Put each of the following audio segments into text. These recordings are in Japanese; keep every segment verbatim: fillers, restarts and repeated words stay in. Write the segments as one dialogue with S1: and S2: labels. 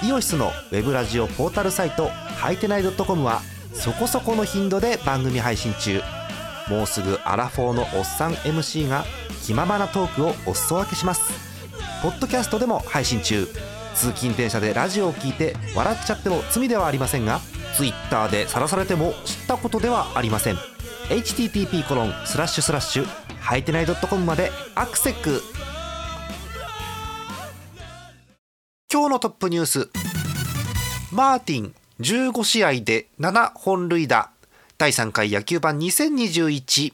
S1: イオシスのウェブラジオポータルサイトはいてない .com はそこそこの頻度で番組配信中。もうすぐアラフォーのおっさん エムシー が気ままなトークをお裾分けします。ポッドキャストでも配信中。通勤電車でラジオを聞いて笑っちゃっても罪ではありませんが、 Twitter で晒されても知ったことではありません。 エイチティーティーピーコロンスラッシュスラッシュはいてない .com までアクセック。今日のトップニュース。マーティンじゅうごしあいでななほんるいだ。だいさんかい野球盤にせんにじゅういち。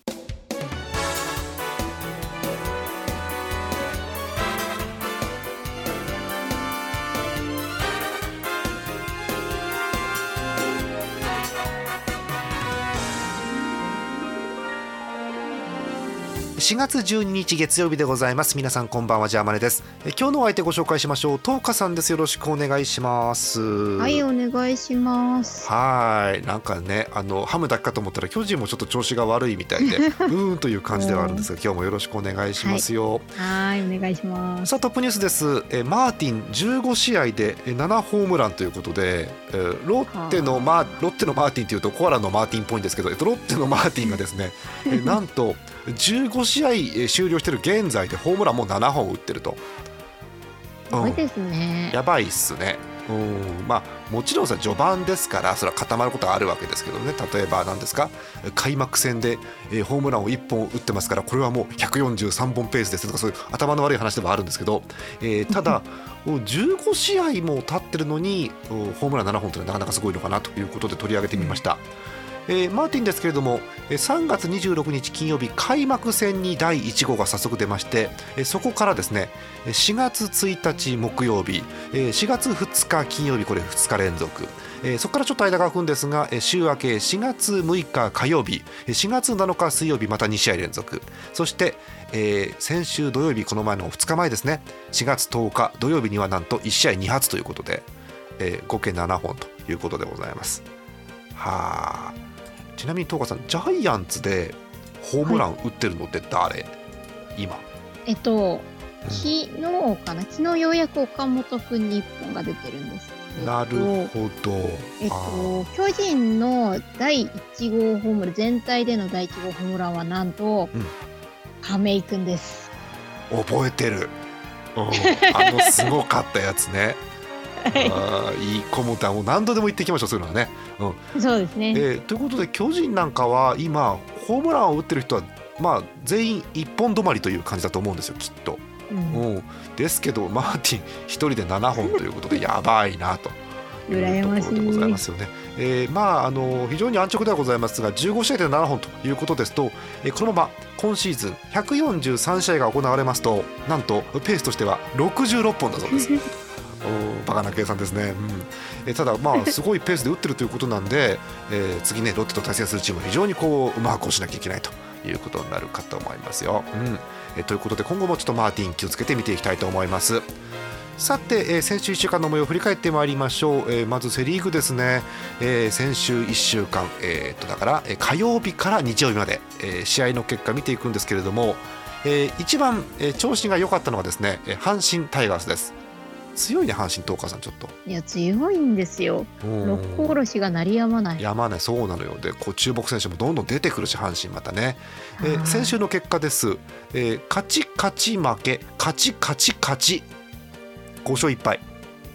S1: しがつじゅうににち月曜日でございます。皆さんこんばんは、ジャーマネです。え今日のお相手ご紹介しましょう。トーカさんです。よろしくお願いします。
S2: はい、お願いします。
S1: はい、なんかね、あのハムだけかと思ったら巨人もちょっと調子が悪いみたいでうーんという感じではあるんですが、今日もよろしくお願いしますよ。
S2: はい、はい、お願いします。
S1: さあ、トップニュースです。えマーティンじゅうごしあいでななホームランということで、えロッテのマーロッテのマーティンというとコアラのマーティンっぽいんですけど、ロッテのマーティンがですねえなんとじゅうごしあい終了している現在でホームランもななほん打ってると。
S2: すごいですね、
S1: うん、やばいっすね。うんまあ、もちろんさ序盤ですからそれは固まることはあるわけですけどね。例えば何ですか、開幕戦で、えー、ホームランをいっぽん打ってますから、これはもうひゃくよんじゅうさんぼんペースですとか、そういう頭の悪い話ではあるんですけど、えー、ただじゅうごしあいも経ってるのにホームランななほんというのはなかなかすごいのかなということで取り上げてみました。えー、マーティンですけれども、さんがつにじゅうろくにち金曜日開幕戦にだいいちごうが早速出まして、そこからですねしがつついたち木曜日、しがつふつか金曜日、これふつか連続、そこからちょっと間が空くんですが、週明けしがつむいか火曜日、しがつなのか水曜日、またにしあい連続、そして、えー、先週土曜日、この前のふつかまえですね、しがつとおか土曜日にはなんといちしあいにはつということで、えー、合計ななほんということでございます。はあ。ちなみに東川さん、ジャイアンツでホームラン打ってるのって誰、はい、今
S2: えっと、うん、昨日かな昨日ようやく岡本君にいっぽんが出てるんです。
S1: なるほど。
S2: えっと巨人のだいいちごうホームラン、全体でのだいいちごうホームランはなんと、うん、亀井君です。
S1: 覚えてる、うん、あのすごかったやつねあいい子もたもう何度でも言っていきましょう、そういうのはね、
S2: うん、そうですね、
S1: えー、ということで巨人なんかは今ホームランを打ってる人は、まあ、全員一本止まりという感じだと思うんですよ、きっと、うんうん、ですけどマーティン一人でななほんということでやばいなというところでございますよね。えー、まああの非常に安直ではございますが、じゅうごしあいでななほんということですと、えー、このまま今シーズンひゃくよんじゅうさんしあいが行われますと、なんとペースとしてはろくじゅうろっぽんだそうですバカな計算ですね、うん、えただまあすごいペースで打ってるということなんで、えー、次ねロッテと対戦するチームは非常にこううまくしなきゃいけないということになるかと思いますよ、うんえー、ということで今後もちょっとマーティン気をつけて見ていきたいと思います。さて、えー、先週いっしゅうかんの模様を振り返ってまいりましょう。えー、まずセリーグですね、えー、先週いっしゅうかん、えー、とだから、えー、火曜日から日曜日まで、えー、試合の結果見ていくんですけれども、えー、一番、えー、調子が良かったのはですね、阪神タイガースです。強いね、阪神東川さん、ちょっと
S2: いや強いんですよ。六甲おろしが鳴りやまない。
S1: やまない、そうなのよ。でこう注目選手もどんどん出てくるし、阪神またね、えー、先週の結果です、えー、勝ち勝ち負け勝ち勝ち勝ちごしょういっぱい。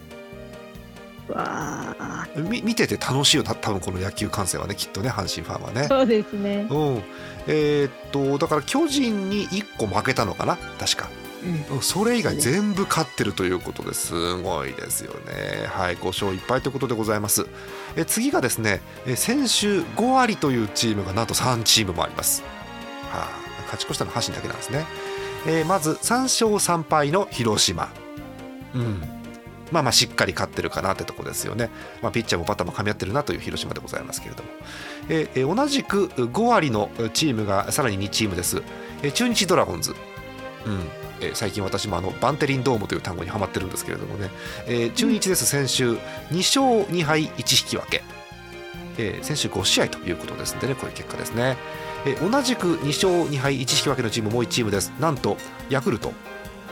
S2: わー、
S1: み見てて楽しいよ、多分この野球観戦はね、きっとね、阪神ファンはね。
S2: そうですね、
S1: うんえー、っとだから巨人にいっこ負けたのかな確か、うん、それ以外全部勝ってるということですごいですよね。はい、ごしょういっぱいということでございます。え次がですね、先週ごわりというチームがなんとさんチームもあります。はあ、勝ち越したのは阪神だけなんですね。えー、まずさんしょうさんぱいの広島、うんまあまあしっかり勝ってるかなってとこですよね。まあ、ピッチャーもバッターも噛み合ってるなという広島でございますけれども、えー、同じくごわりのチームがさらににチームです。えー、中日ドラゴンズ、うんえー、最近私もあのバンテリンドームという単語にはまってるんですけれどもね、えー、中日です。先週にしょうにはいいち引き分け、えー、先週ごしあいということですのでね、こういう結果ですね。えー、同じくにしょうにはいいち引き分けのチームもういちチームです。なんとヤクルト、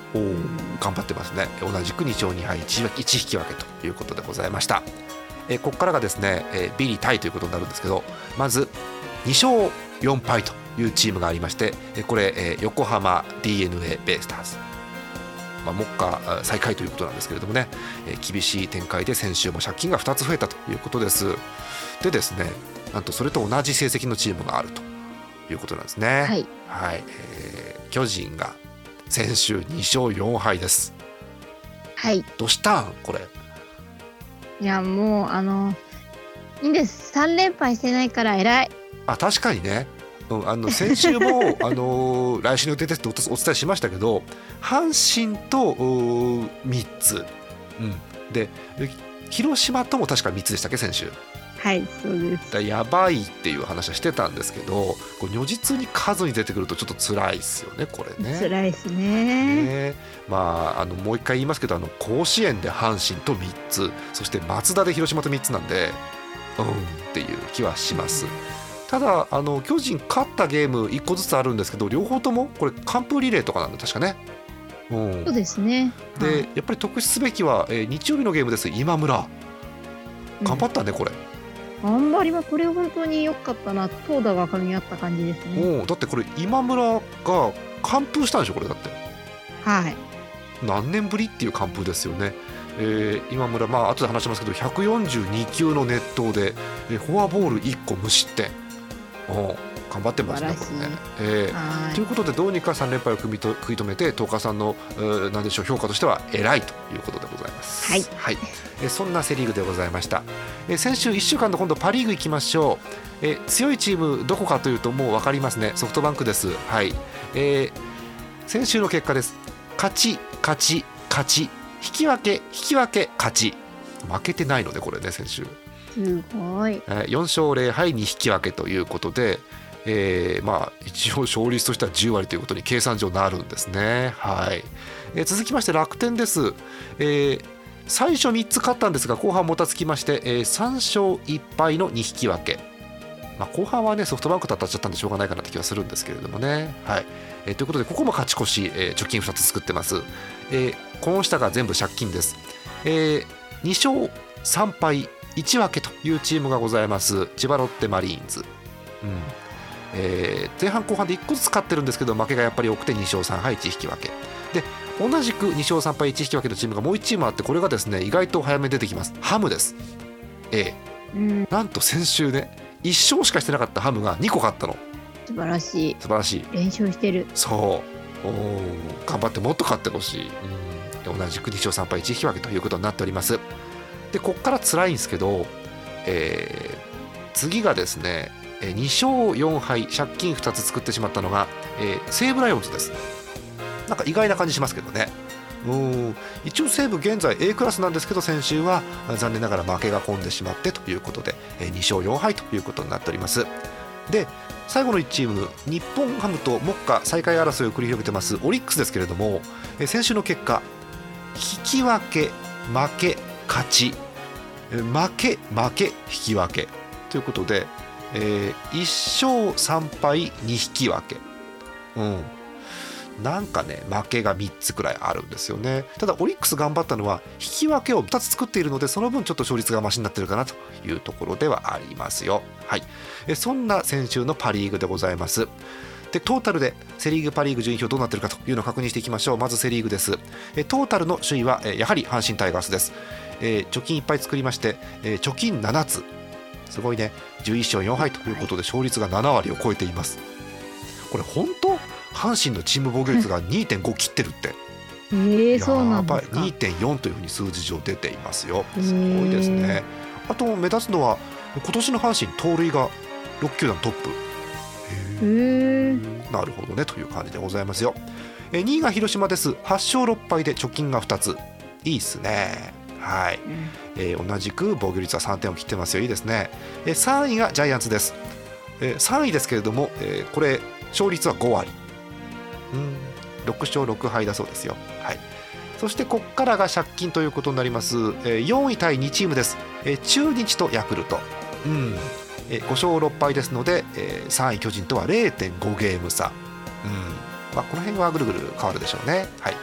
S1: お頑張ってますね。同じくに勝に敗いち引き分けということでございました。えここからがですね、えビリタイということになるんですけど、まずに勝よん敗というチームがありまして、これ、え横浜 ディーエヌエー ベイスターズ、まあ、目下最下位ということなんですけれどもね、え厳しい展開で先週も借金がふたつ増えたということです。でですね、なんとそれと同じ成績のチームがあるということなんですね。
S2: はい、
S1: はいえー、巨人が先週に勝よん敗です。
S2: はい、
S1: どうしたんこれ。
S2: いやもうあのいいんです、さん連敗してないから偉い。
S1: あ確かにね、うん、あの先週もあのー、来週の予定ですってお伝えしましたけど、阪神とみっつ、うん、で広島とも確かみっつでしたっけ先週。
S2: はいそうです。
S1: だやばいっていう話はしてたんですけど、これ如実に数に出てくるとちょっと辛いですよねこれね。
S2: 辛いですね。
S1: ねまあ、あのもう一回言いますけど、あの甲子園で阪神とみっつ、そしてマツダで広島とみっつなんで、うんっていう気はします。ただあの巨人勝ったゲームいっこずつあるんですけど、両方ともこれ完封リレーとかなんで確かね。うん、
S2: そうですね。
S1: で、
S2: はい、
S1: やっぱり特筆すべきは、えー、日曜日のゲームです。今村頑張ったね、うん、これ
S2: 頑張りはこれ本当に良かったな。投打が噛み合った感じですね。
S1: おだってこれ今村が完封したんでしょこれ。だって
S2: はい
S1: 何年ぶりっていう完封ですよね。えー、今村、まあ後で話しますけどひゃくよんじゅうに球の熱投で、えー、フォアボールいっこ無失点。お頑張ってますねこれね。えー、ということでどうにかさん連敗を食い止めて、東海さんの何でしょう評価としては偉いということでございます。
S2: はい、
S1: はいえー、そんなセリーグでございました。えー、先週いっしゅうかんの今度パリーグ行きましょう。えー、強いチームどこかというともう分かりますね。ソフトバンクです。はい、えー、先週の結果です。勝ち勝ち勝ち引き分け引き分け勝ち、負けてないのでこれね先週
S2: すごい、
S1: えー、よん勝ぜろ敗に引き分けということで、えー、まあ一応勝率としてはじゅう割ということに計算上なるんですね。はいえー、続きまして楽天です。えー、最初みっつ勝ったんですが後半もたつきまして、えー、さん勝いっ敗のに引き分け、まあ、後半はねソフトバンクと当たっちゃったんでしょうがないかなって気はするんですけれどもね。はいえー、ということでここも勝ち越し、えー、貯金ふたつ作ってます。えー、この下が全部借金です。えー、に勝さん敗いち分けというチームがございます。千葉ロッテマリーンズ、うんえー、前半後半でいっこずつ勝ってるんですけど負けがやっぱり多くてに勝さん敗いち引き分けで、同じくに勝さん敗いち引き分けのチームがもういちチームあって、これがですね意外と早めに出てきます。ハムです。えーうん、なんと先週ねいっ勝しかしてなかったハムがにこ勝ったの。
S2: 素晴らしい
S1: 素晴らしい
S2: 連勝してる。
S1: そうお頑張ってもっと勝ってほしい、うん、同じくに勝さん敗いち引き分けということになっております。でこっから辛いんですけど、えー、次がですねに勝よん敗借金ふたつ作ってしまったのが、えー、西武ライオンズです。なんか意外な感じしますけどね。うん一応西武現在 A クラスなんですけど、先週は残念ながら負けが込んでしまってということでに勝よん敗ということになっております。で最後のいちチーム日本ハムと目下最下位争いを繰り広げてますオリックスですけれども、先週の結果引き分け負け勝ち負け負け引き分けということで、えー、いっ勝さん敗に引き分け、うんなんかね負けがみっつくらいあるんですよね。ただオリックス頑張ったのは引き分けをふたつ作っているので、その分ちょっと勝率がマシになってるかなというところではありますよ。はい、えそんな先週のパリーグでございます。でトータルでセリーグパリーグ順位表どうなっているかというのを確認していきましょう。まずセリーグです。えトータルの首位はえやはり阪神タイガースです。えー、貯金いっぱい作りまして、えー、貯金ななつすごいねじゅういっ勝よん敗ということで勝率がなな割を超えています。これ本当阪神のチーム防御率が にてんご 切ってるって
S2: えー、そうなんですか。
S1: にてんよん というふうに数字上出ていますよ。すごいですね。あと目立つのは今年の阪神盗塁がろっ球団トップ。へーなるほどねという感じでございますよ。えにいが広島です。はち勝ろっ敗で貯金がふたついいっすね。はい、うんえー、同じく防御率はさんてんを切ってますよ。いいですね。えさんいがジャイアンツです。えさんいですけれども、えー、これ勝率はご割、うん、ろく勝ろく敗だそうですよ。はい、そしてここからが借金ということになります。えー、よんい対にチームです。えー、中日とヤクルト、うんえー、ご勝ろっ敗ですので、えー、さんい巨人とは れいてんご ゲーム差、うんまあ、この辺はぐるぐる変わるでしょうね。はい、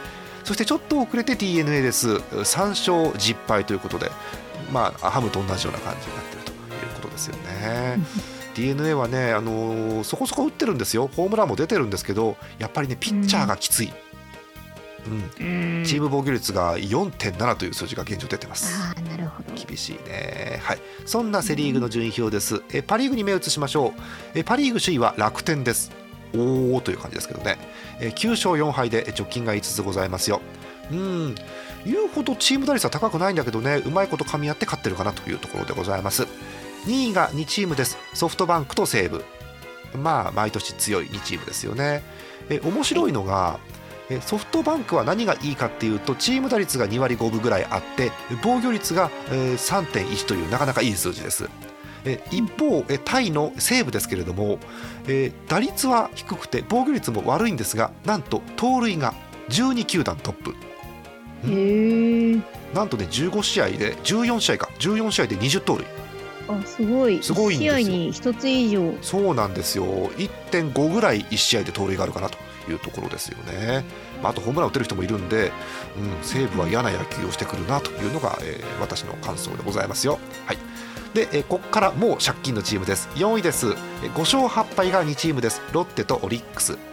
S1: そしてちょっと遅れて ディーエヌエー です。さん勝じゅっ敗ということで、まあ、ハムと同じような感じになっているということですよね。ディーエヌエー はね、あのー、そこそこ打ってるんですよ。ホームランも出てるんですけど、やっぱりねピッチャーがきつい、うん、チーム防御率が よんてんなな という数字が現状出てます。
S2: あー、なるほど。
S1: 厳しいね、はい、そんなセリーグの順位表です。えパリーグに目を移しましょう。えパリーグ首位は楽天です。おーという感じですけどね。えきゅう勝よん敗で直近がいつつございますよ。うん言うほどチーム打率は高くないんだけどね、うまいこと噛み合って勝ってるかなというところでございます。にいがにチームです。ソフトバンクと西武、まあ毎年強いにチームですよね。え面白いのが、えソフトバンクは何がいいかっていうと、チーム打率がに割ごぶぐらいあって、防御率が さんてんいち というなかなかいい数字です。え一方、えタイの西武ですけれども、え打率は低くて防御率も悪いんですが、なんと盗塁がじゅうに球団トップ。
S2: へー、
S1: なんとねじゅうご試合でじゅうよん試合かじゅうよん試合でにじゅう盗塁。
S2: あ、すごい。
S1: すごいんですよ。
S2: いち試合にひとつ以上。
S1: そうなんですよ。いってんごぐらいいち試合で盗塁があるかなというところですよね。まあ、あとホームラン打てる人もいるんで、うん、西武は嫌な野球をしてくるなというのが、えー、私の感想でございますよ。はい。で、えー、ここからもう借金のチームです。よんいです。ご勝はっ敗がにチームです。ロッテとオリックス。うん、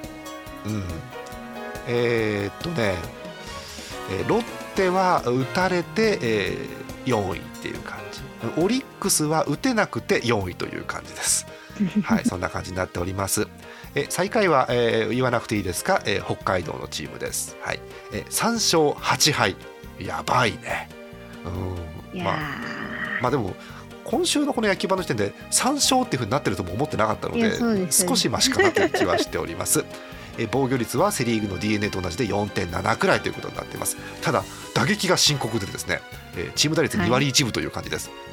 S1: えー、っとね、えー、ロッテは打たれて、えー、よんいっていう感じ。オリックスは打てなくてよんいという感じです。はい、そんな感じになっております。え最下位は、えー、言わなくていいですか、えー、北海道のチームです。はい、えさん勝はち敗、やばいね。うん、まあ、まあでも今週のこの野球盤の時点でさん勝っていう風になってるとも思ってなかったの で, で少しマシかなという気はしております。え防御率はセリーグの ディーエヌエー と同じで よんてんなな くらいということになっています。ただ打撃が深刻でですね、えー、チーム打率に割いちぶという感じです。はい、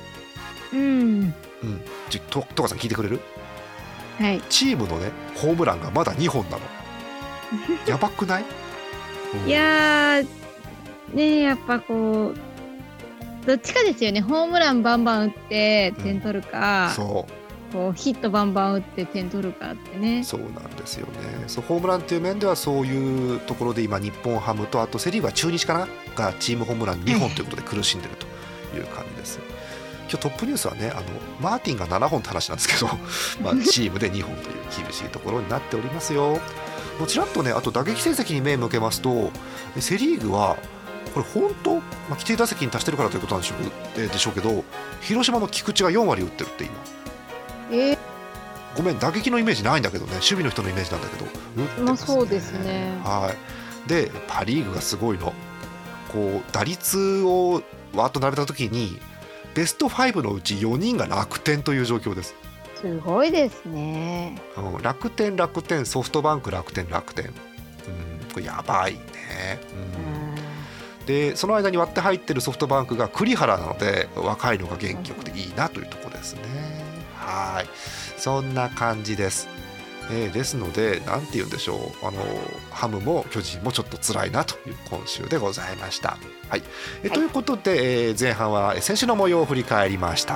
S1: うん、うん、ちょととかさん聞いてくれる？はい、チームのねホームランがまだにほんなの。やばくない？
S2: うん、いやーね、やっぱこうどっちかですよね。ホームランバンバン打って点取るか、うん、そうこうヒットバンバン打って点取るかってね。
S1: そうなんですよね。そうホームランという面ではそういうところで今日本ハムとあとセリーグは中日かながチームホームランにほんということで苦しんでるという感じです。はい、今日トップニュースはね、あのマーティンがななほんって話なんですけどまあチームでにほんという厳しいところになっておりますよ。もちらっとね、あと打撃成績に目を向けますとセリーグはこれ本当、まあ、規定打席に達してるからということなんでしょう、えー、でしょうけど、広島の菊池がよん割打ってるって今。えー、ごめん打撃のイメージないんだけどね、守備の人のイメージなんだけど打ってますね。
S2: そうですね。
S1: はい。でパリーグがすごいの、こう打率をわーっと並べた時にベストごのうちよにんが楽天という状況です。
S2: すごいですね。
S1: うん、楽天楽天ソフトバンク楽天楽天、うん、これやばいね。うん、でその間に割って入ってるソフトバンクが栗原なので若いのが元気よくていいなというところですね。はい、そんな感じです。えー、ですのでなんて言うんでしょう、あのハムも巨人もちょっと辛いなという今週でございました。はい、えー、ということで、えー、前半は先週の模様を振り返りました。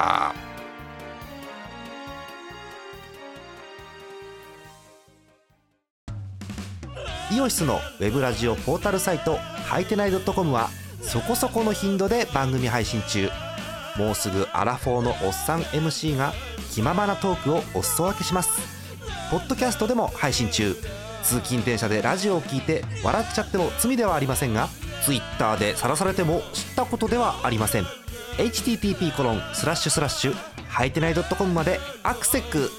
S1: イオシスのウェブラジオポータルサイトはいてない .com はそこそこの頻度で番組配信中。もうすぐアラフォーのおっさん エムシー が気ままなトークをお裾分けします。ポッドキャストでも配信中。通勤電車でラジオを聞いて笑っちゃっても罪ではありませんが、ツイッターで晒されても知ったことではありません。 エイチティーティーピーコロンスラッシュスラッシュはいてない .com までアクセック。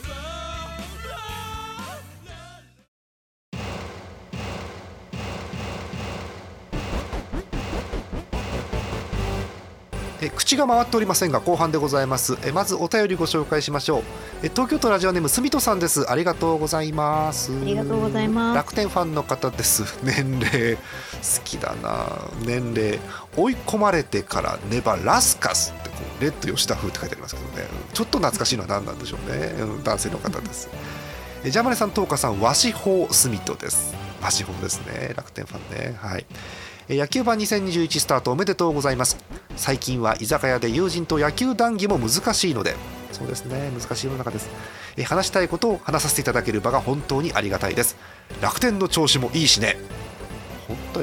S1: え口が回っておりませんが後半でございます。えまずお便りご紹介しましょう。え東京都ラジオネームすみとさんです。ありがとうございます。
S2: ありがとうございます。
S1: 楽天ファンの方です。年齢好きだな。年齢追い込まれてからネバラスカスってこうレッド吉田風って書いてありますけどね、ちょっと懐かしいのは何なんでしょうね。男性の方です。えジャマネさん、トーカさん、わしほうすみとです。わしほうですね、楽天ファンね。はい。野球盤にせんにじゅういちスタートおめでとうございます。最近は居酒屋で友人と野球談義も難しいので、そうですね、難しい世の中です。え話したいことを話させていただける場が本当にありがたいです。楽天の調子もいいしね。本当よ、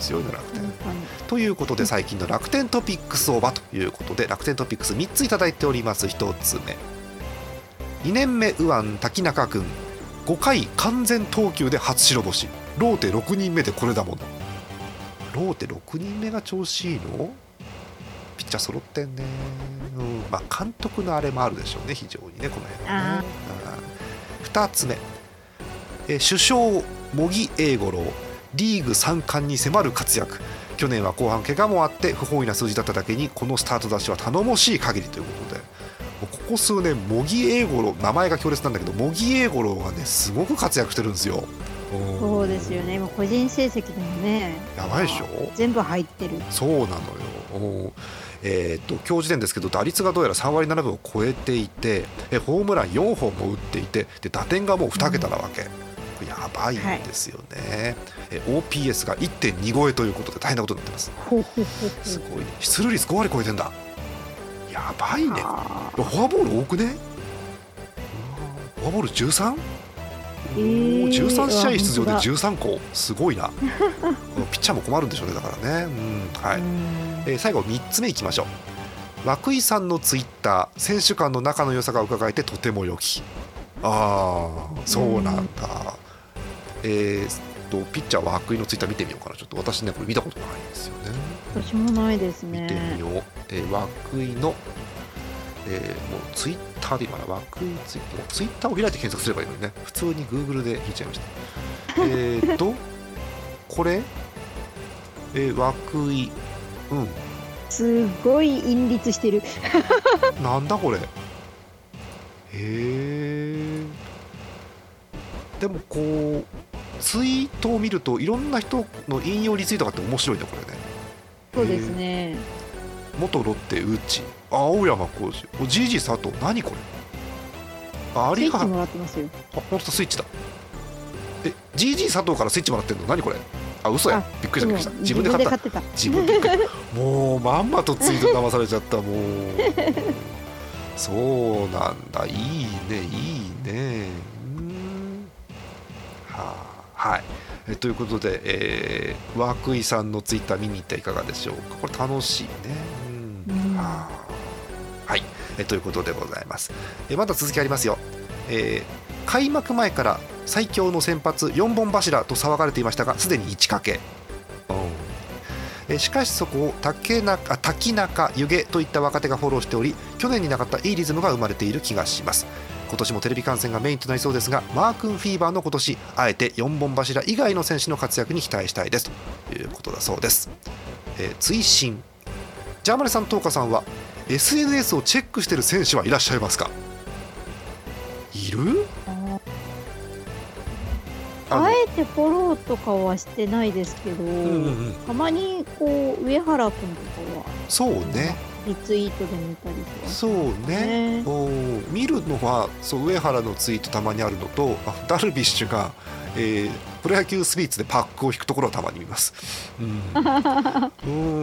S1: 強いの楽天ということで、最近の楽天トピックスオーバーということで、楽天トピックスみっついただいております。ひとつめ、にねんめ右腕滝中君、ごかい完全投球で初白星、ローテろくにんめでこれだもの。ローテろくにんめが調子いいの？ピッチャー揃ってんね、うんまあ、監督のあれもあるでしょうね、非常にね、この辺はね。ふたつめ、え首相茂木英五郎、リーグさん冠に迫る活躍、去年は後半怪我もあって不本意な数字だっただけに、このスタートダッシュは頼もしい限りということで、ここ数年茂木英五郎、名前が強烈なんだけど、茂木英五郎がねすごく活躍してるんですよ。
S2: そうですよね、今個人成績でもね
S1: やばいでしょ、
S2: 全部入ってる。
S1: そうなのよ。えー、っと今日時点ですけど、打率がどうやらさんわりななぶを超えていて、えホームランよんほんも打っていて、で打点がもうに桁なわけ、うん、やばいんですよね、はい、え オーピーエス が いってんに 超えということで大変なことになってます。すごいね、出塁率ごわり超えてんだ、やばいね。フォアボール多くね、フォアボール じゅうさん？えー、じゅうさんしあい出場でじゅうさんこ、すごいなピッチャーも困るんでしょうね、だからね、うんはいえー、最後みっつめいきましょう。涌井さんのツイッター、選手間の仲の良さが伺えてとても良き。ああそうなんだ。えー、とピッチャーは涌井のツイッター見てみようかな。ちょっと私ねこれ見たことないんですよね。
S2: 私もないですね。
S1: 見てみよう。えー、涌井のえー、もうツイッターで今な、涌井ツイッター、ツイッターを開いて検索すればいいのにね、普通に Google で引いちゃいました。えーとこれ、えー、涌井、うん、
S2: すごい隠立してる
S1: なんだこれ。へえ。でもこうツイートを見るといろんな人の引用リツイートがあって面白いね、これね。
S2: そうですね。
S1: 元ロッテウチ、青山浩二、ジージー 佐藤、何これ。あ、
S2: スイッチもらってますよ。
S1: あ、本当スイッチだ。え、ジージー 佐藤からスイッチもらってんの？何これ。あ、嘘や。びっくりしたびっくりした。自分で買った。自分で買ってた。もうまんまとツイート騙されちゃった。もうそうなんだ。いいねいいね。うん。はあ、はい。えということで、えー、涌井さんのツイッター見に行っていかがでしょうか。これ楽しいね。うん。はあ、はい。えということでございます。えまだ続きありますよ。えー、開幕前から最強の先発よんぼん柱と騒がれていましたが、すでにいちかけ、えしかしそこを竹中、滝中、湯気といった若手がフォローしており、去年になかったいいリズムが生まれている気がします。今年もテレビ観戦がメインとなりそうですが、マー君フィーバーの今年、あえてよんぼん柱以外の選手の活躍に期待したいですということだそうです。えー、追伸、ジャーマネさん、トーカさんは エスエヌエス をチェックしている選手はいらっしゃいますか？いる？
S2: あえてフォローとかはしてないですけど、うんうんうん、たまにこう上原君とかは
S1: そうね
S2: リツイートで見たりとか、
S1: そうね、お見るのはそう上原のツイートたまにあるのと、ダルビッシュが、えー、プロ野球スピーツでパックを引くところはたまに見ます、うん、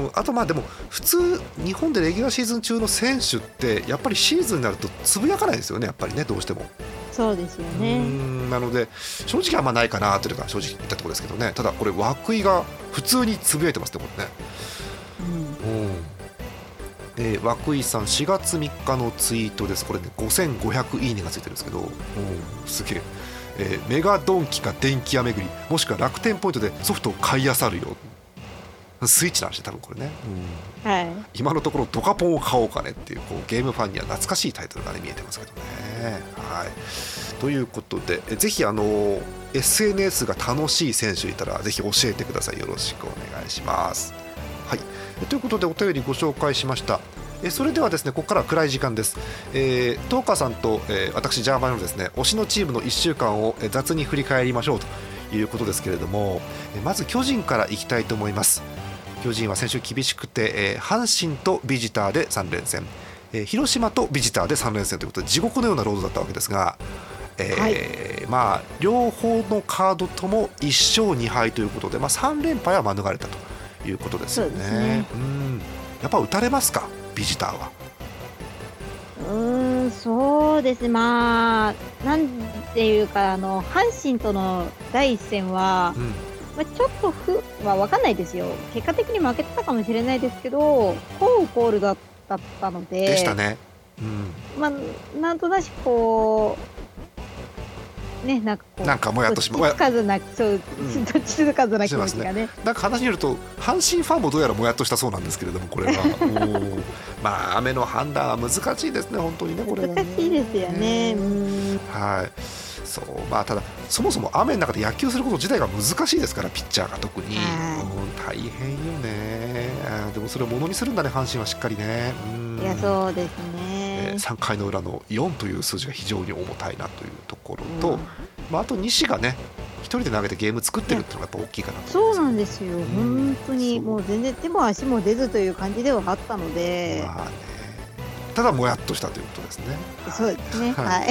S1: うんあとまあでも普通日本でレギュラーシーズン中の選手ってやっぱりシーズンになるとつぶやかないですよね、やっぱりね、どうしても。
S2: そうですよね。
S1: うんなので正直あんまないかなというか正直言ったところですけどね。ただこれ涌井が普通につぶやいてますね、これね。うんうんえー、涌井さんしがつみっかのツイートです。これねごせんごひゃくいいねがついてるんですけど、すげえ、えー、メガドンキか電気屋巡りもしくは楽天ポイントでソフトを買い漁るよ、スイッチなんで多分これね、うんはい、今のところドカポンを買おうかねっていう、こうゲームファンには懐かしいタイトルが、ね、見えてますけどね、はい、ということでえぜひあの エスエヌエス が楽しい選手いたらぜひ教えてください。よろしくお願いします。はい、ということでお便りご紹介しました。えそれではですねここからは暗い時間です。えー、トーカーさんと、えー、私ジャーマネのですね推しのチームのいっしゅうかんを雑に振り返りましょうということですけれども、まず巨人からいきたいと思います。巨人は先週厳しくて、えー、阪神とビジターでさんれんせん、えー、広島とビジターでさんれんせんということで地獄のようなロードだったわけですが、えーはいまあ、両方のカードともいっしょうにはいということで、まあ、さんれんぱいは免れたということですよ ね, ですねうんやっぱ打たれますかビジターは。
S2: うーんそうですね、まあなんていうかあの阪神とのだいいっせんは、うんまあ、ちょっとふ、まあ、わかんないですよ。結果的に負けてたかもしれないですけど、コーコールだったので。
S1: でしたね。うん。
S2: まあ、なんとなしこう、ね、なんかこう、
S1: なんかもやっとしま
S2: どっちつかずな、そう、どっちつかずな気持ちがね。
S1: なんか話によると、阪神ファンもどうやらもやっとしたそうなんですけれども、これは。まあ、雨の判断は難しいですね、本当にね、これはね。
S2: 難しいですよね。
S1: はい。そう、まあ、ただそもそも雨の中で野球すること自体が難しいですから、ピッチャーが特に、うん、大変よね。あでもそれをものにするんだね、阪神はしっかりね。うん、
S2: いやそうですね、
S1: えー、さんかいの裏のよんという数字が非常に重たいなというところと、うん、まあ、あと西がね一人で投げてゲーム作ってるっていうのがやっぱ大きいかなと思います。
S2: そうなんですよ、うん、本当にもう全然手も足も出ずという感じではあったので、
S1: まあね、ただもやっとしたということですね。
S2: そうですね、はい、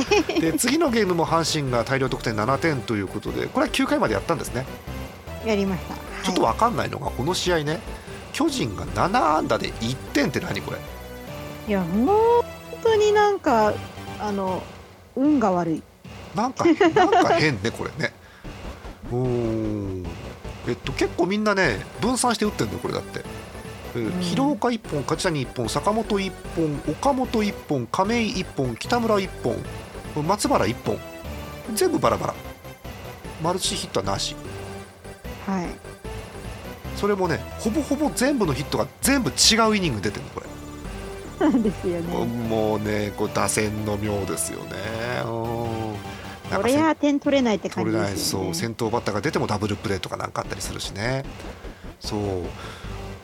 S1: で次のゲームも阪神が大量得点ななてんということで、これはきゅうかいまでやったんですね。
S2: やりました、はい、
S1: ちょっと分かんないのがこの試合ね、巨人がなな安打でいってんって何これ。
S2: いや本当になんかあの運が悪い、
S1: なんかなんか変ねこれね。うーん、えっと結構みんなね分散して打ってんのよこれだって。うん、広岡いっぽん、梶谷いっぽん、坂本いっぽん、岡本いっぽん、亀井いっぽん、北村いっぽん、松原いっぽん、全部バラバラ、マルチヒットはなし。
S2: はい、
S1: それもねほぼほぼ全部のヒットが全部違うイニング出てるのこれ。
S2: そうですよね。
S1: もうねこう打線の妙ですよね。
S2: これは点取れないって感じですよね。
S1: そう、先頭バッターが出てもダブルプレーとかなんかあったりするしね。そう、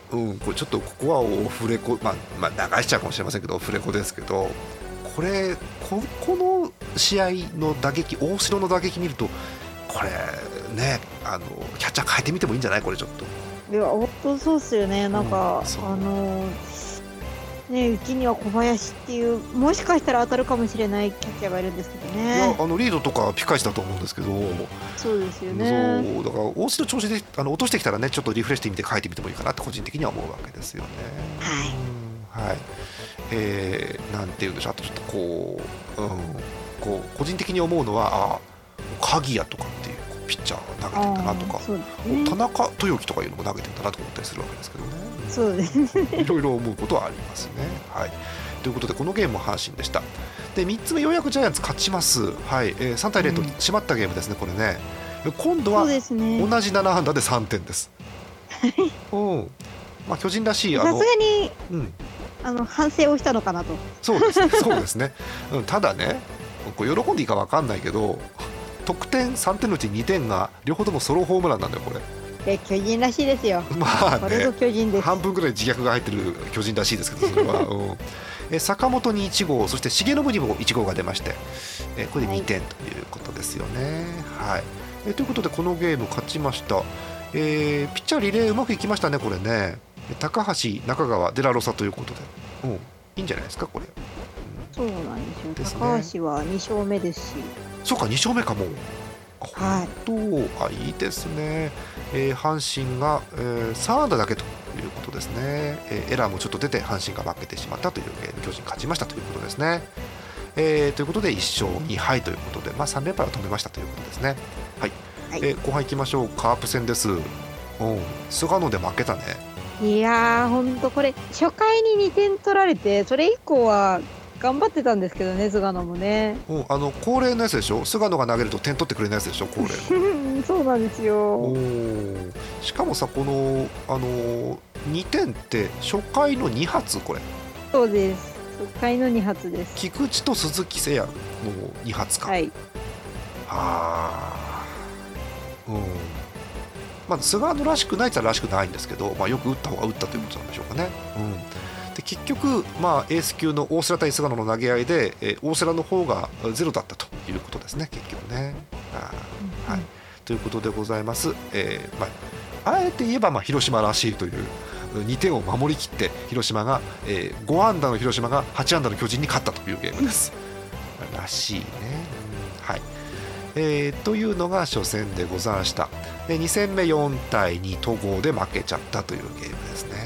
S1: うん、これちょっとここはオフレコ、まあ、まあ流しちゃうかもしれませんけどオフレコですけど、これ こ, この試合の打撃、大城の打撃見るとこれね、あのキャッチャー変えてみてもいいんじゃないこれちょっと。
S2: いや本当そうっすよね。なんか、うん、あのね、うちには小林っていうもしかしたら当たるかもしれないキャッチャーがいるんですけどね。
S1: いやあのリードとかピカイチだと思うんですけど。
S2: そうですよね。
S1: そうだから大城調子であの落としてきたらねちょっとリフレッシュしてみて変えてみてもいいかなって個人的には思うわけですよね。
S2: はい、
S1: うん、はい、えー、なんていうんでしょう、あとちょっとこう、うん、こう個人的に思うのはあ鍵谷とかっていうピッチャー投げてんだなとか、ね、田中豊樹とかいうのも投げてんだなと思ったりするわけですけどね。
S2: そうですね。
S1: いろいろ思うことはありますね。はい、ということでこのゲームも阪神でした。でみっつめようやくジャイアンツ勝ちます。はい、えー、さんたいゼロと締まったゲームですねこれね。今度は同じなな安打でさんてんです。うん、まあ巨人らしい、
S2: さすがに、うん、あの反省をしたのかなと。
S1: そうですね、そうですね、うん、ただねこう喜んでいいか分かんないけど得点さんてんのうちにてんが両方ともソロホームランなんだよこれ。
S2: え巨人らしいですよ。
S1: まあね、
S2: これぞ巨人です。
S1: 半分ぐらい自虐が入ってる巨人らしいですけどそれは、うん、え坂本にいち号、そして重信にもいち号が出まして、えこれでにてんということですよね。はい、えということでこのゲーム勝ちました。えー、ピッチャーリレーうまくいきましたねこれね。高橋、中川、デラロサということで、うん、いいんじゃないですかこれ。
S2: うん、そうなんですよ、ね、高橋はに勝目ですし。
S1: そうかに勝目かも。
S2: はい、
S1: 本当、あいいですね。えー、阪神が、えー、さん安打だけということですね。えー、エラーもちょっと出て阪神が負けてしまったというゲーム、巨人勝ちましたということですね。えー、ということでいっ勝に敗ということで、まあ、さん連敗は止めましたということですね。はい、はい、えー、後半いきましょう。カープ戦です。うん、菅野で負けたね。
S2: いやー本当これ初回ににてん取られて、それ以降は頑張ってたんですけどね、菅野もね。
S1: うん、あの恒例のやつでしょ、菅野が投げると点取ってくれないやつでしょ、恒例の。
S2: そうなんですよ。お
S1: しかもさ、この、あのにてんって初回のに発、これ。
S2: そうです、初回のに発です。
S1: 菊池と鈴木誠也のに発か。はい。はあ、うん、まあ、菅野らしくないっちゃらしくないんですけど、まあ、よく打った方が打ったということなんでしょうかね。うん、で結局、まあ、エース級の大瀬良対菅野の投げ合いで、えー、大瀬良の方がゼロだったということですね、結局ね。あ、うん、はい、ということでございます。えーまあ、あえて言えば、まあ、広島らしいというにてんを守りきって広島が、えー、ご安打の広島がはち安打の巨人に勝ったというゲームです。らしいね。うん、はい、えー、というのが初戦でございました。でに戦目よんたいに戸郷で負けちゃったというゲームですね。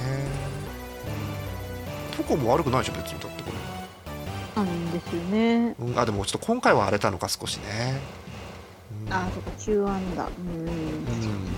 S1: 戸郷も悪くないでしょ別に。だってこ
S2: れなんですよね。
S1: うん、あでもちょっと今回は荒れたのか少しね。
S2: うん、あそこきゅう安打、うん、うん、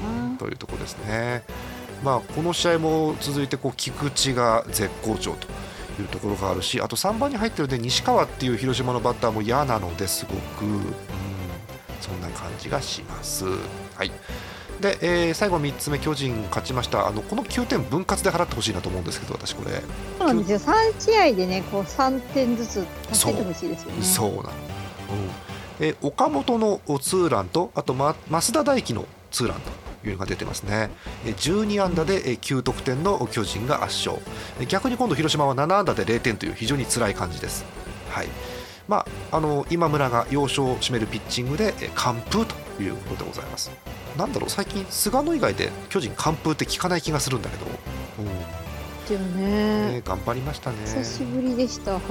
S1: というところですね。まあ、この試合も続いてこう菊池が絶好調というところがあるし、あとさんばんに入ってるで西川っていう広島のバッターも嫌なのですごく、うん、そんな感じがします。はい。で、えー、最後みっつめ巨人勝ちました。あのこのきゅうてん分割で払ってほしいなと思うんですけど、私これ
S2: そうなんですよ。さん試合でねこうさんてんずつ足してほしいですよね。
S1: そうなの、うんえー、岡本のツーランとあと、ま、増田大輝のツーランというのが出てますね。じゅうに安打できゅう得点の巨人が圧勝。逆に今度広島はなな安打でゼロてんという非常に辛い感じです。はい。まあ、あの今村が要所を占めるピッチングで完封ということでございます。なんだろう、最近菅野以外で巨人完封って聞かない気がするんだけど、うん
S2: ですよね。
S1: ね、頑張りましたね。
S2: 久しぶりでした。はい、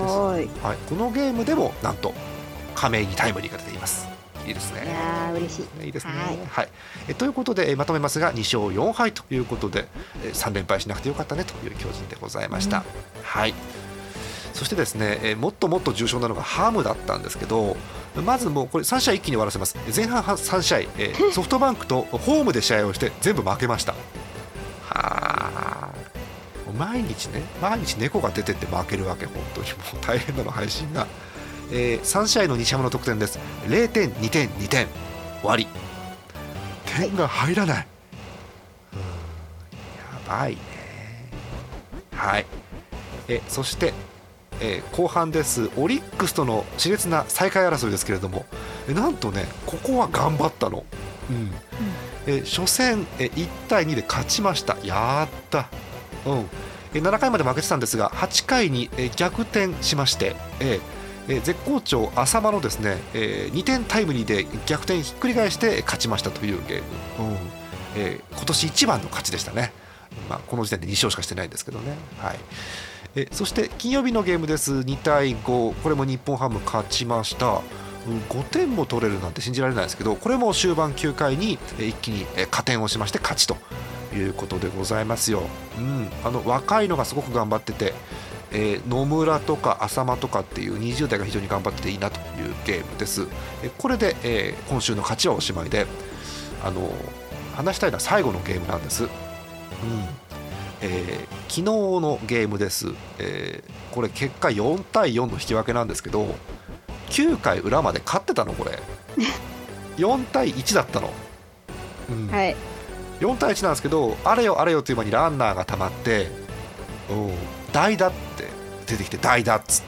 S1: はい、このゲームでもなんと亀井にタイムリーが出ています。いいですね。
S2: いやー嬉しい。
S1: いいですね。はいはい、えということでえまとめますがにしょうよんはいということでえさん連敗しなくてよかったねという巨人でございました。うん、はい。そしてですね、えもっともっと重症なのがハムだったんですけど、まずもうこれさん試合一気に終わらせます。前半さん試合、えー、ソフトバンクとホームで試合をして全部負けました。はー、毎日ね毎日猫が出てって負けるわけ。本当にもう大変なの配信が、えー、さん試合の西山の得点です。ゼロてんにてんにてん終わり、点が入らない、うん、やばいね。はい。えそしてえー、後半です。オリックスとの熾烈な最下位争いですけれども、えなんとねここは頑張ったの、うんうんえー、初戦、えー、いちたいにで勝ちました。やった、うんえー、ななかいまで負けてたんですがはちかいに、えー、逆転しまして、えーえー、絶好調浅間のですね、えー、にてんタイムリーで逆転ひっくり返して勝ちましたというゲーム、うんえー、今年一番の勝ちでしたね。まあ、この時点でに勝しかしてないんですけどね。はい。えそして金曜日のゲームです。にたいご、これも日本ハム勝ちました。ごてんも取れるなんて信じられないですけど、これも終盤きゅうかいに一気に加点をしまして勝ちということでございますよ。うん、あの若いのがすごく頑張ってて、えー、野村とか浅間とかっていうにじゅうだいが非常に頑張ってていいなというゲームです。えこれで、えー、今週の勝ちはおしまいで、あの話したいのは最後のゲームなんです。うんえー、昨日のゲームです。えー、これ結果よんたいよんの引き分けなんですけど、きゅうかい裏まで勝ってたのこれよんたいいちだったの、うんはい、よんたいいちなんですけど、あれよあれよという間にランナーがたまって、うん代打って出てきて、代打っつって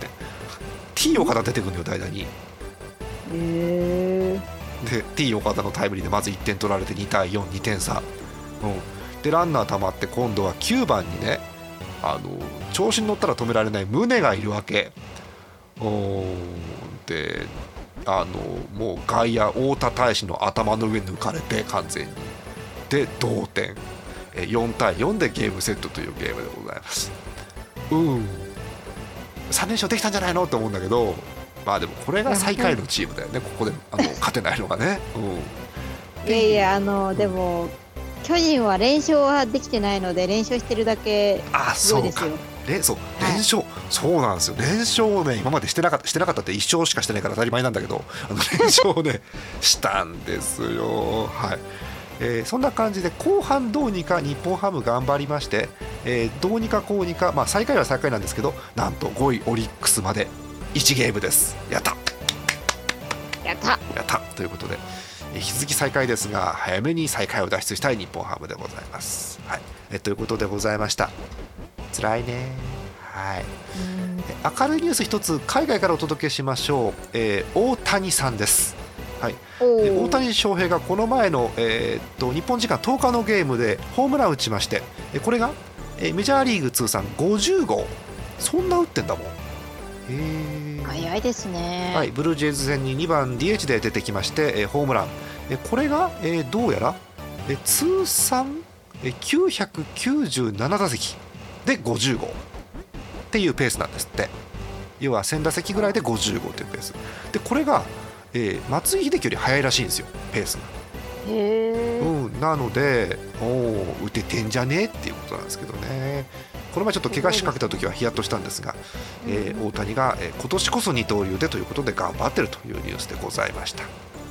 S1: T 岡田出てくるのよ代打に。へ
S2: え
S1: ー、で T 岡田のタイムリーでまずいってん取られてにたいよん、にてん差、うんでランナー溜まって今度はきゅうばんにね、あの調子に乗ったら止められない宗がいるわけ。おであのもう外野太田大使の頭の上抜かれて完全にで同点、よんたいよんでゲームセットというゲームでございます。うんさん連勝できたんじゃないのと思うんだけど、まあでもこれが最下位のチームだよね、ここであの勝てないのがね、
S2: うん、いやいやあのでも巨人は連勝はできてないので連勝してるだけすごいですよ。
S1: 連そう連勝、はい、そうなんですよ。連勝をね今までしてなかったしてなかったっていっ勝しかしてないから当たり前なんだけど、あの連勝をねしたんですよ。はい、えー、そんな感じで後半どうにか日本ハム頑張りまして、えー、どうにかこうにか、まあ、最下位は最下位なんですけど、なんとごいオリックスまでいちゲームです。やった
S2: やった
S1: やったということで引き続き最下位ですが早めに最下位を脱出したい日本ハムでございます。はい、えということでございました。辛いね。はい、明るいニュース一つ海外からお届けしましょう。えー、大谷さんです。はい、大谷翔平がこの前の、えー、っと日本時間とおかのゲームでホームラン打ちまして、これが、えー、メジャーリーグ通算ごじゅうごう、そんな打ってんだもん。へ
S2: 早いですね。
S1: はい、ブルージェイズ戦ににばん ディーエイチ で出てきまして、えー、ホームラン、えー、これが、えー、どうやら、えー、通算、えー、きゅうひゃくきゅうじゅうななだせきでごじゅうごうっていうペースなんですって。要はせん打席ぐらいでごじゅうごというペースで、これが、えー、松井秀喜より早いらしいんですよペースが。
S2: へー、
S1: うん、なのでおー打ててんじゃねえっていうことなんですけどね。この前ちょっと怪我しかけた時はヒヤッとしたんですが、えー、大谷が、えー、今年こそ二刀流でということで頑張ってるというニュースでございました。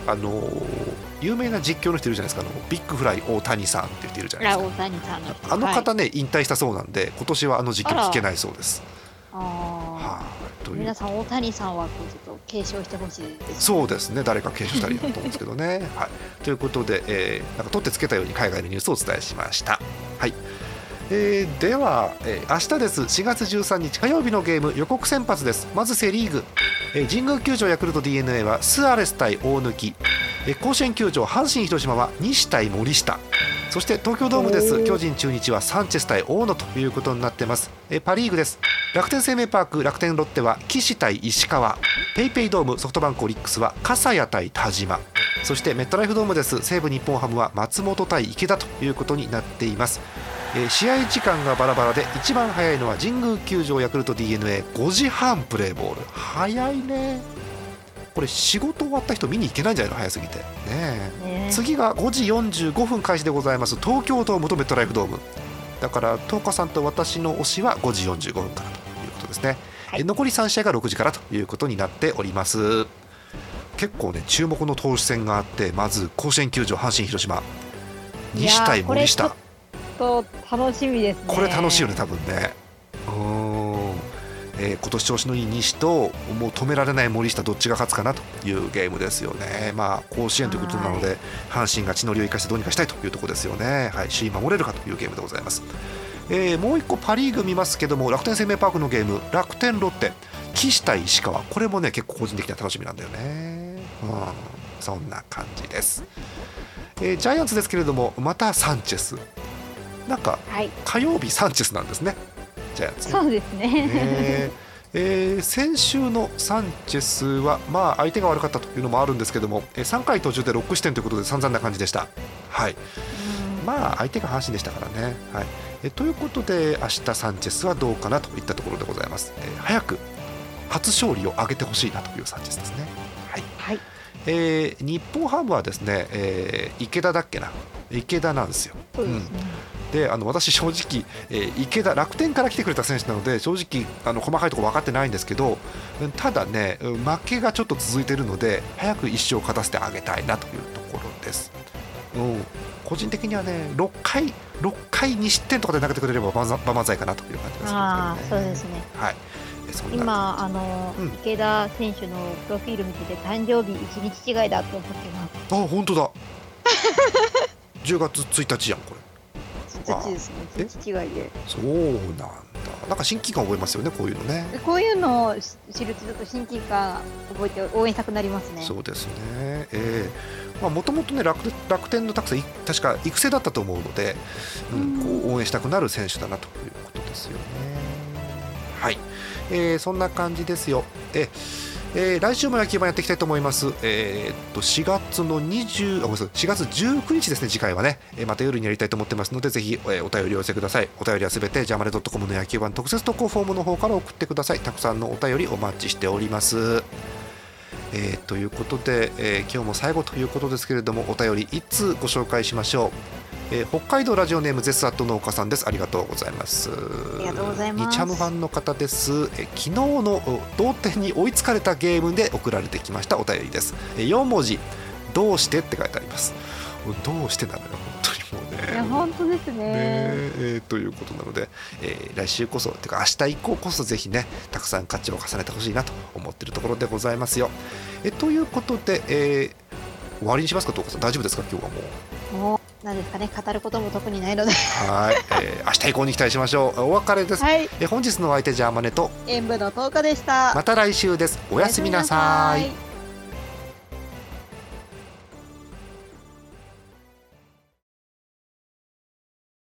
S1: あのー、有名な実況の人いるじゃないですか、あのビッグフライ大谷さんって言っているじゃないですか。
S2: 大谷さんの
S1: あの方ね、はい、引退したそうなんで今年はあの実況聞けないそうです。
S2: あ、はあ、皆さん大谷さんはちょっと継承してほしいですね。
S1: そうですね、誰か継承したらいいなと思うんですけどね、はい、ということで、えー、なんか取ってつけたように海外のニュースをお伝えしました。はい、えー、では、えー、明日です。しがつじゅうさんにち火曜日のゲーム予告先発です。まずセリーグ、えー、神宮球場ヤクルト ディーエヌエー はスアレス対大貫、えー、甲子園球場阪神広島は西対森下、そして東京ドームです。巨人中日はサンチェス対大野ということになってます。えー、パリーグです。楽天生命パーク楽天ロッテは岸対石川、ペイペイドームソフトバンクオリックスは笠谷対田島、そしてメットライフドームです。西武日本ハムは松本対池田ということになっています。えー、試合時間がバラバラで一番早いのは神宮球場ヤクルト ディーエヌエーごじはんプレーボール、早いね。これ仕事終わった人見に行けないんじゃないの、早すぎて ね, ね次がごじよんじゅうごふん開始でございます。東京ドームとメットライフドームだから、東花さんと私の推しはごじよんじゅうごふんからということですね。はい、残りさん試合がろくじからということになっております。結構ね注目の投手戦があって、まず甲子園球場阪神広島西対森下、
S2: と楽しみですね。
S1: これ楽しいよね多分ね。うーん、えー、今年調子のいい西ともう止められない森下、どっちが勝つかなというゲームですよね。まあ甲子園ということなので阪神が地の利を生かしてどうにかしたいというところですよね。はい、首位守れるかというゲームでございます。えー、もう一個パリーグ見ますけども、楽天生命パークのゲーム楽天ロッテ岸対石川、これもね結構個人的には楽しみなんだよね。うん、そんな感じです。えー、ジャイアンツですけれどもまたサンチェス、なんか火曜日サンチェスなんですね、ジャイアンツ。
S2: そうですね、
S1: えーえー、先週のサンチェスはまあ相手が悪かったというのもあるんですけども、さんかい途中でろくしてんということで散々な感じでした。はい、まあ相手が阪神でしたからね。はい、えということで明日サンチェスはどうかなといったところでございます。えー、早く初勝利を挙げてほしいなというサンチェスですね。はい、はい、えー、日本ハムはですね、えー、池田だっけな、池田なんですよ。そうですね。うん、であの私正直、えー、池田楽天から来てくれた選手なので正直あの細かいところ分かってないんですけど、ただね負けがちょっと続いているので早く一勝勝たせてあげたいなというところです。うん、個人的にはねろっかいろっかいに失点とかで投げてくれれば万歳かなという感じですね。
S2: あそうですね。はい、今あの、うん、池田選手のプロフィール見てて誕生日いちにち違いだと思ってます。
S1: あ本当だじゅうがつついたちやんこれ。
S2: ついたちですね。いちにち違いで。
S1: そうなんだ。なんか親近感覚えますよね、こういうのね。
S2: こういうのを知るとちょっと親近感覚えて応援したくなりますね。
S1: そうですね。えー、まあもともとね 楽, 楽天のたくさん確か育成だったと思うので、うん、こう応援したくなる選手だなということですよね。はい、えー、そんな感じですよ。ええー、来週も野球盤やっていきたいと思います。えー、っとしがつの20あごめんなさいしがつじゅうくにちですね、次回はね、えー、また夜にやりたいと思ってますのでぜひ、えー、お便りを寄せください。お便りはすべてジャマネドットコムの野球盤特設投稿フォームの方から送ってください。たくさんのお便りお待ちしております。えー、ということで、えー、今日も最後ということですけれどもお便りいつご紹介しましょう。えー、北海道ラジオネームゼスアット農家さんです。ありがとうございます。
S2: ありがとうございます。
S1: ニチャムファンの方です。えー、昨日の同点に追いつかれたゲームで送られてきましたお便りです。えー、よんもじどうしてって書いてあります。どうしてなのよ本当にもうね。
S2: いや本当ですね。ね
S1: えー、ということなので、えー、来週こそてか明日以降こそぜひねたくさん勝ちを重ねてほしいなと思っているところでございますよ。えー、ということで、えー、終わりにしますか。東花さん大丈夫ですか今日はもう。
S2: もうなんですかね、語ることも特にないので
S1: はい、えー、明日以降に期待しましょう。お別れです。はい、えー、本日のお相手ジャーマネと
S2: 演舞の東花でした。
S1: また来週です。おやすみなさい。